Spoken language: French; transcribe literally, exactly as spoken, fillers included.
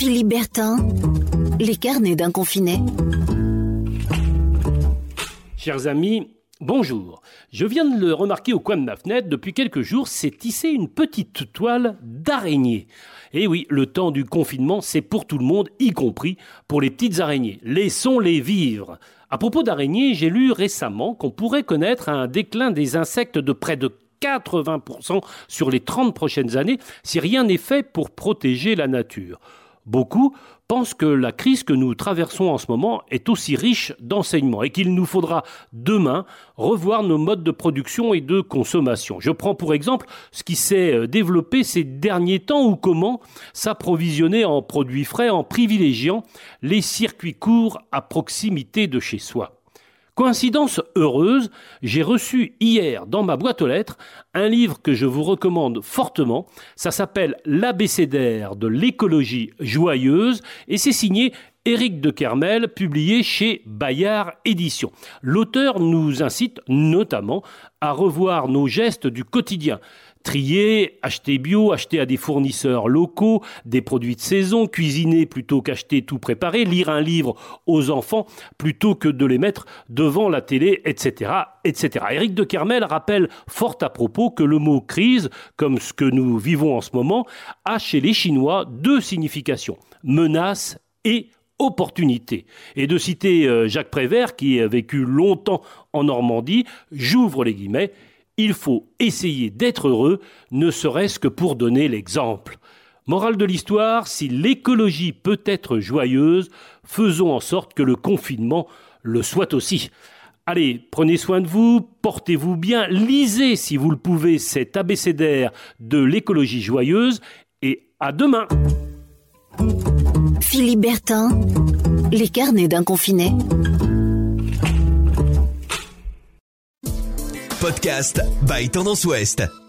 Philippe Bertin, les carnets d'un confiné. Chers amis, bonjour. Je viens de le remarquer au coin de ma fenêtre, depuis quelques jours, s'est tissée une petite toile d'araignée. Et oui, le temps du confinement, c'est pour tout le monde, y compris pour les petites araignées. Laissons-les vivre. À propos d'araignées, j'ai lu récemment qu'on pourrait connaître un déclin des insectes de près de quatre-vingts pour cent sur les trente prochaines années si rien n'est fait pour protéger la nature. Beaucoup pensent que la crise que nous traversons en ce moment est aussi riche d'enseignements et qu'il nous faudra demain revoir nos modes de production et de consommation. Je prends pour exemple ce qui s'est développé ces derniers temps ou comment s'approvisionner en produits frais en privilégiant les circuits courts à proximité de chez soi. Coïncidence heureuse, j'ai reçu hier dans ma boîte aux lettres un livre que je vous recommande fortement. Ça s'appelle L'abécédaire de l'écologie joyeuse et c'est signé Éric de Kermel, publié chez Bayard Éditions. L'auteur nous incite notamment à revoir nos gestes du quotidien. Trier, acheter bio, acheter à des fournisseurs locaux, des produits de saison, cuisiner plutôt qu'acheter tout préparé, lire un livre aux enfants plutôt que de les mettre devant la télé, et cetera, et cetera. Éric de Kermel rappelle fort à propos que le mot crise, comme ce que nous vivons en ce moment, a chez les Chinois deux significations, menace et opportunité. Et de citer Jacques Prévert, qui a vécu longtemps en Normandie, j'ouvre les guillemets, il faut essayer d'être heureux, ne serait-ce que pour donner l'exemple. Morale de l'histoire, si l'écologie peut être joyeuse, faisons en sorte que le confinement le soit aussi. Allez, prenez soin de vous, portez-vous bien, lisez si vous le pouvez cet abécédaire de l'écologie joyeuse et à demain. Philippe Bertin, les carnets d'un confiné. Podcast by Tendance Ouest.